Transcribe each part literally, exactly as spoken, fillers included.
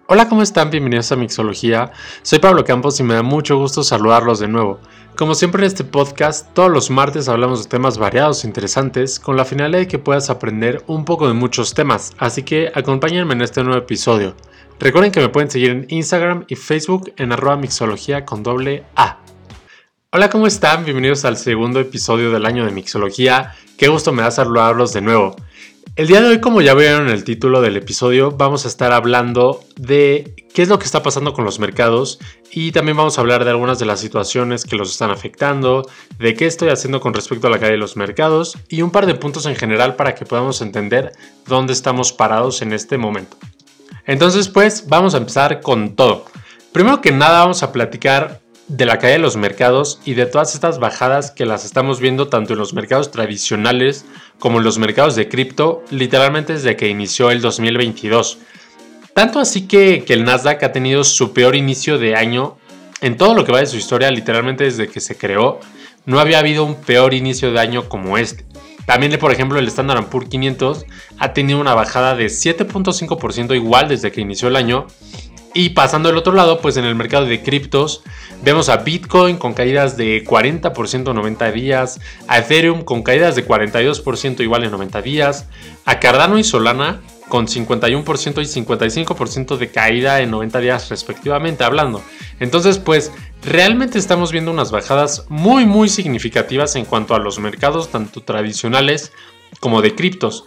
Hola, ¿cómo están? Bienvenidos a Mixología. Soy Pablo Campos y me da mucho gusto saludarlos de nuevo. Como siempre en este podcast, todos los martes hablamos de temas variados e interesantes con la finalidad de que puedas aprender un poco de muchos temas, así que acompáñenme en este nuevo episodio. Recuerden que me pueden seguir en Instagram y Facebook en arroba mixología con doble A. Hola, ¿cómo están? Bienvenidos al segundo episodio del año de Mixología. Qué gusto me da saludarlos de nuevo. El día de hoy, como ya vieron en el título del episodio, vamos a estar hablando de qué es lo que está pasando con los mercados y también vamos a hablar de algunas de las situaciones que los están afectando, de qué estoy haciendo con respecto a la caída de los mercados y un par de puntos en general para que podamos entender dónde estamos parados en este momento. Entonces, pues, vamos a empezar con todo. Primero que nada, vamos a platicar de la caída de los mercados y de todas estas bajadas que las estamos viendo tanto en los mercados tradicionales como en los mercados de cripto, literalmente desde que inició el dos mil veintidós. Tanto así que, que el Nasdaq ha tenido su peor inicio de año en todo lo que va de su historia, literalmente desde que se creó. No había habido un peor inicio de año como este. También, por ejemplo, el Standard and Poor's quinientos ha tenido una bajada de siete punto cinco por ciento igual desde que inició el año. Y pasando al otro lado, pues en el mercado de criptos vemos a Bitcoin con caídas de cuarenta por ciento en noventa días, a Ethereum con caídas de cuarenta y dos por ciento igual en noventa días, a Cardano y Solana con cincuenta y uno por ciento y cincuenta y cinco por ciento de caída en noventa días respectivamente hablando. Entonces, pues realmente estamos viendo unas bajadas muy muy significativas en cuanto a los mercados tanto tradicionales como de criptos.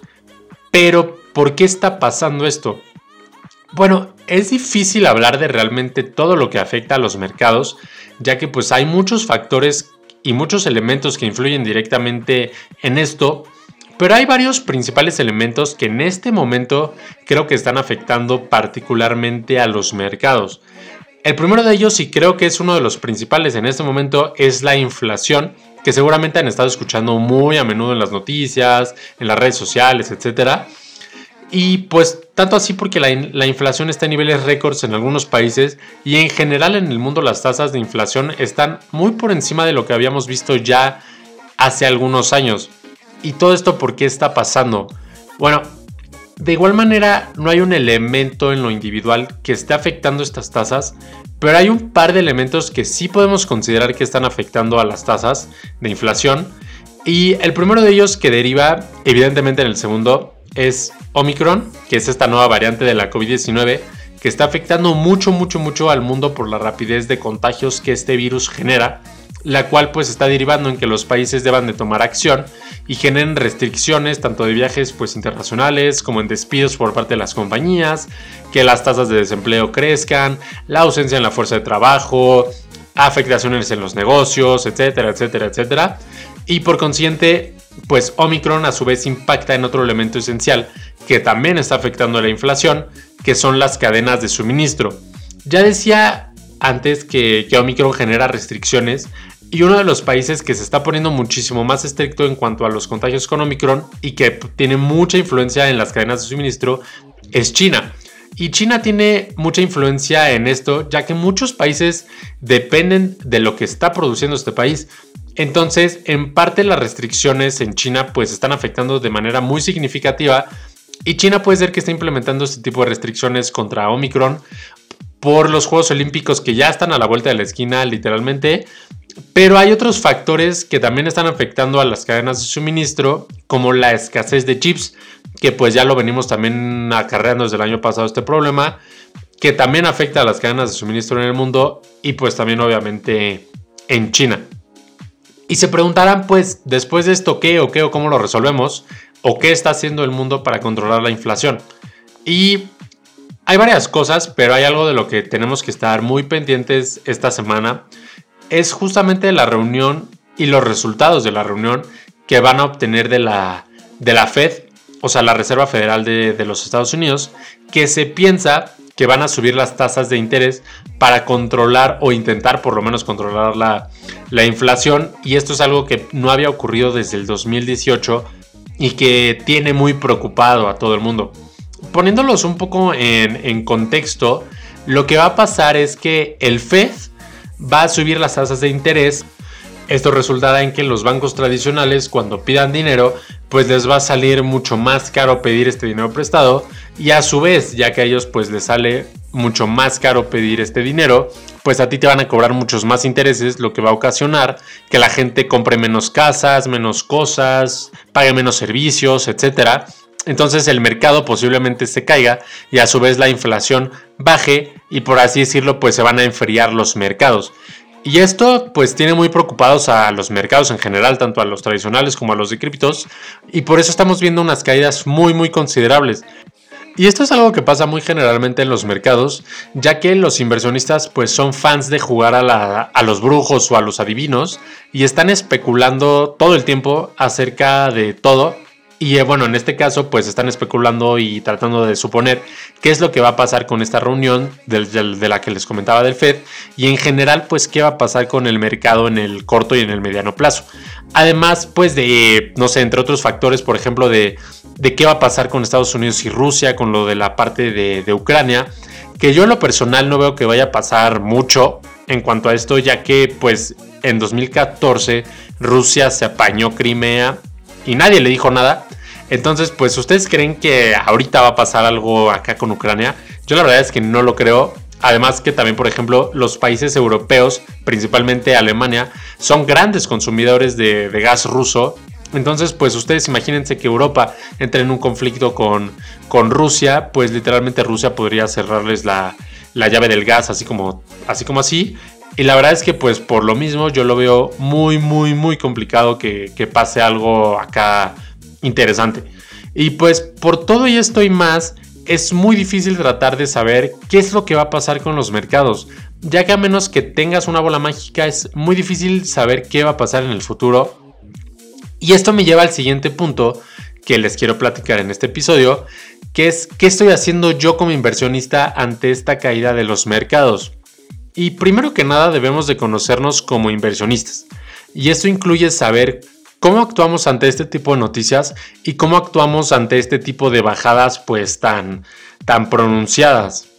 Pero, ¿por qué está pasando esto? Bueno, es difícil hablar de realmente todo lo que afecta a los mercados, ya que pues hay muchos factores y muchos elementos que influyen directamente en esto, pero hay varios principales elementos que en este momento creo que están afectando particularmente a los mercados. El primero de ellos, y creo que es uno de los principales en este momento, es la inflación, que seguramente han estado escuchando muy a menudo en las noticias, en las redes sociales, etcétera. Y pues tanto así porque la, la inflación está en niveles récords en algunos países y en general en el mundo las tasas de inflación están muy por encima de lo que habíamos visto ya hace algunos años. ¿Y todo esto por qué está pasando? Bueno, de igual manera no hay un elemento en lo individual que esté afectando estas tasas, pero hay un par de elementos que sí podemos considerar que están afectando a las tasas de inflación. Y el primero de ellos, que deriva evidentemente en el segundo, es Omicron, que es esta nueva variante de la COVID diecinueve que está afectando mucho, mucho, mucho al mundo por la rapidez de contagios que este virus genera, la cual pues está derivando en que los países deban de tomar acción y generen restricciones tanto de viajes pues internacionales como en despidos por parte de las compañías, que las tasas de desempleo crezcan, la ausencia en la fuerza de trabajo, afectaciones en los negocios, etcétera, etcétera, etcétera. Y por consiguiente, pues Omicron a su vez impacta en otro elemento esencial que también está afectando a la inflación, que son las cadenas de suministro. Ya decía antes que, que Omicron genera restricciones y uno de los países que se está poniendo muchísimo más estricto en cuanto a los contagios con Omicron y que tiene mucha influencia en las cadenas de suministro es China. Y China tiene mucha influencia en esto, ya que muchos países dependen de lo que está produciendo este país. Entonces, en parte las restricciones en China pues están afectando de manera muy significativa y China puede ser que esté implementando este tipo de restricciones contra Omicron por los Juegos Olímpicos que ya están a la vuelta de la esquina literalmente, pero hay otros factores que también están afectando a las cadenas de suministro como la escasez de chips, que pues ya lo venimos también acarreando desde el año pasado este problema, que también afecta a las cadenas de suministro en el mundo y pues también obviamente en China. Y se preguntarán, pues, después de esto, ¿qué o qué o cómo lo resolvemos? ¿O qué está haciendo el mundo para controlar la inflación? Y hay varias cosas, pero hay algo de lo que tenemos que estar muy pendientes esta semana. Es justamente la reunión y los resultados de la reunión que van a obtener de la, de la Fed, o sea, la Reserva Federal de, de los Estados Unidos, que se piensa que van a subir las tasas de interés para controlar o intentar por lo menos controlar la, la inflación, y esto es algo que no había ocurrido desde el dos mil dieciocho y que tiene muy preocupado a todo el mundo. Poniéndolos un poco en, en contexto, lo que va a pasar es que el Fed va a subir las tasas de interés. Esto resultará en que los bancos tradicionales, cuando pidan dinero, pues les va a salir mucho más caro pedir este dinero prestado, y a su vez, ya que a ellos pues les sale mucho más caro pedir este dinero, pues a ti te van a cobrar muchos más intereses, lo que va a ocasionar que la gente compre menos casas, menos cosas, pague menos servicios, etcétera. Entonces el mercado posiblemente se caiga y a su vez la inflación baje y, por así decirlo, pues se van a enfriar los mercados. Y esto pues tiene muy preocupados a los mercados en general, tanto a los tradicionales como a los de criptos, y por eso estamos viendo unas caídas muy muy considerables. Y esto es algo que pasa muy generalmente en los mercados, ya que los inversionistas pues son fans de jugar a, la, a los brujos o a los adivinos y están especulando todo el tiempo acerca de todo. Y eh, bueno, en este caso pues están especulando y tratando de suponer qué es lo que va a pasar con esta reunión de, de, de la que les comentaba del Fed, y en general pues qué va a pasar con el mercado en el corto y en el mediano plazo. Además pues de, no sé, entre otros factores, por ejemplo de, de qué va a pasar con Estados Unidos y Rusia, con lo de la parte de, de Ucrania, que yo en lo personal no veo que vaya a pasar mucho en cuanto a esto, ya que pues en dos mil catorce Rusia se apañó Crimea y nadie le dijo nada. Entonces, pues, ¿ustedes creen que ahorita va a pasar algo acá con Ucrania? Yo la verdad es que no lo creo. Además que también, por ejemplo, los países europeos, principalmente Alemania, son grandes consumidores de, de gas ruso. Entonces, pues ustedes imagínense que Europa entre en un conflicto con, con Rusia, pues literalmente Rusia podría cerrarles la, la llave del gas, así como, así como así. Y la verdad es que pues por lo mismo yo lo veo muy muy muy complicado que, que pase algo acá interesante. Y pues por todo y esto y más, es muy difícil tratar de saber qué es lo que va a pasar con los mercados, ya que a menos que tengas una bola mágica es muy difícil saber qué va a pasar en el futuro. Y esto me lleva al siguiente punto que les quiero platicar en este episodio, que es qué estoy haciendo yo como inversionista ante esta caída de los mercados. Y primero que nada debemos de conocernos como inversionistas, y esto incluye saber cómo actuamos ante este tipo de noticias y cómo actuamos ante este tipo de bajadas pues tan, tan pronunciadas.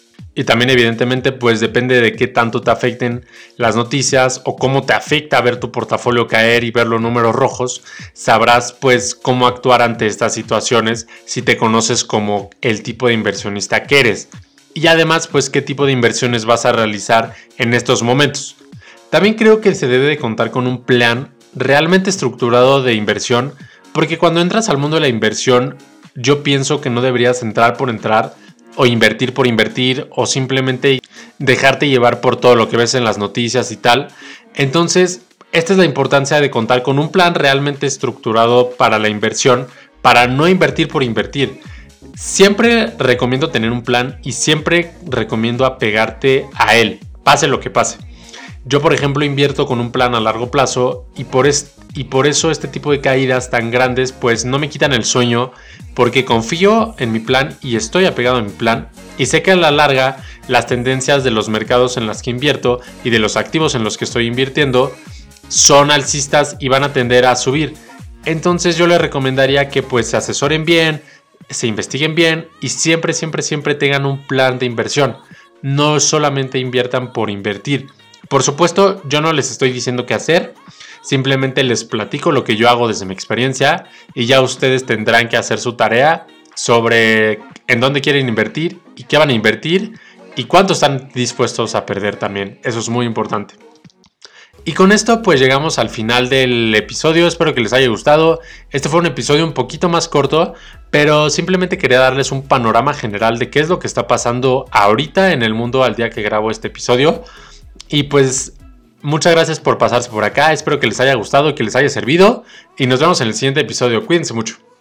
Y también evidentemente pues depende de qué tanto te afecten las noticias o cómo te afecta ver tu portafolio caer y ver los números rojos, sabrás pues cómo actuar ante estas situaciones si te conoces como el tipo de inversionista que eres. Y además pues qué tipo de inversiones vas a realizar en estos momentos. También creo que se debe de contar con un plan realmente estructurado de inversión, porque cuando entras al mundo de la inversión yo pienso que no deberías entrar por entrar o invertir por invertir o simplemente dejarte llevar por todo lo que ves en las noticias y tal. Entonces esta es la importancia de contar con un plan realmente estructurado para la inversión, para no invertir por invertir. Siempre recomiendo tener un plan y siempre recomiendo apegarte a él, pase lo que pase. Yo, por ejemplo, invierto con un plan a largo plazo y por, es, y por eso este tipo de caídas tan grandes pues no me quitan el sueño, porque confío en mi plan y estoy apegado a mi plan y sé que a la larga las tendencias de los mercados en las que invierto y de los activos en los que estoy invirtiendo son alcistas y van a tender a subir. Entonces yo les recomendaría que pues se asesoren bien, se investiguen bien y siempre, siempre, siempre tengan un plan de inversión. No solamente inviertan por invertir. Por supuesto, yo no les estoy diciendo qué hacer, simplemente les platico lo que yo hago desde mi experiencia y ya ustedes tendrán que hacer su tarea sobre en dónde quieren invertir y qué van a invertir y cuánto están dispuestos a perder también. Eso es muy importante. Y con esto pues llegamos al final del episodio, espero que les haya gustado. Este fue un episodio un poquito más corto, pero simplemente quería darles un panorama general de qué es lo que está pasando ahorita en el mundo al día que grabo este episodio. Y pues muchas gracias por pasarse por acá, espero que les haya gustado, que les haya servido y nos vemos en el siguiente episodio. Cuídense mucho.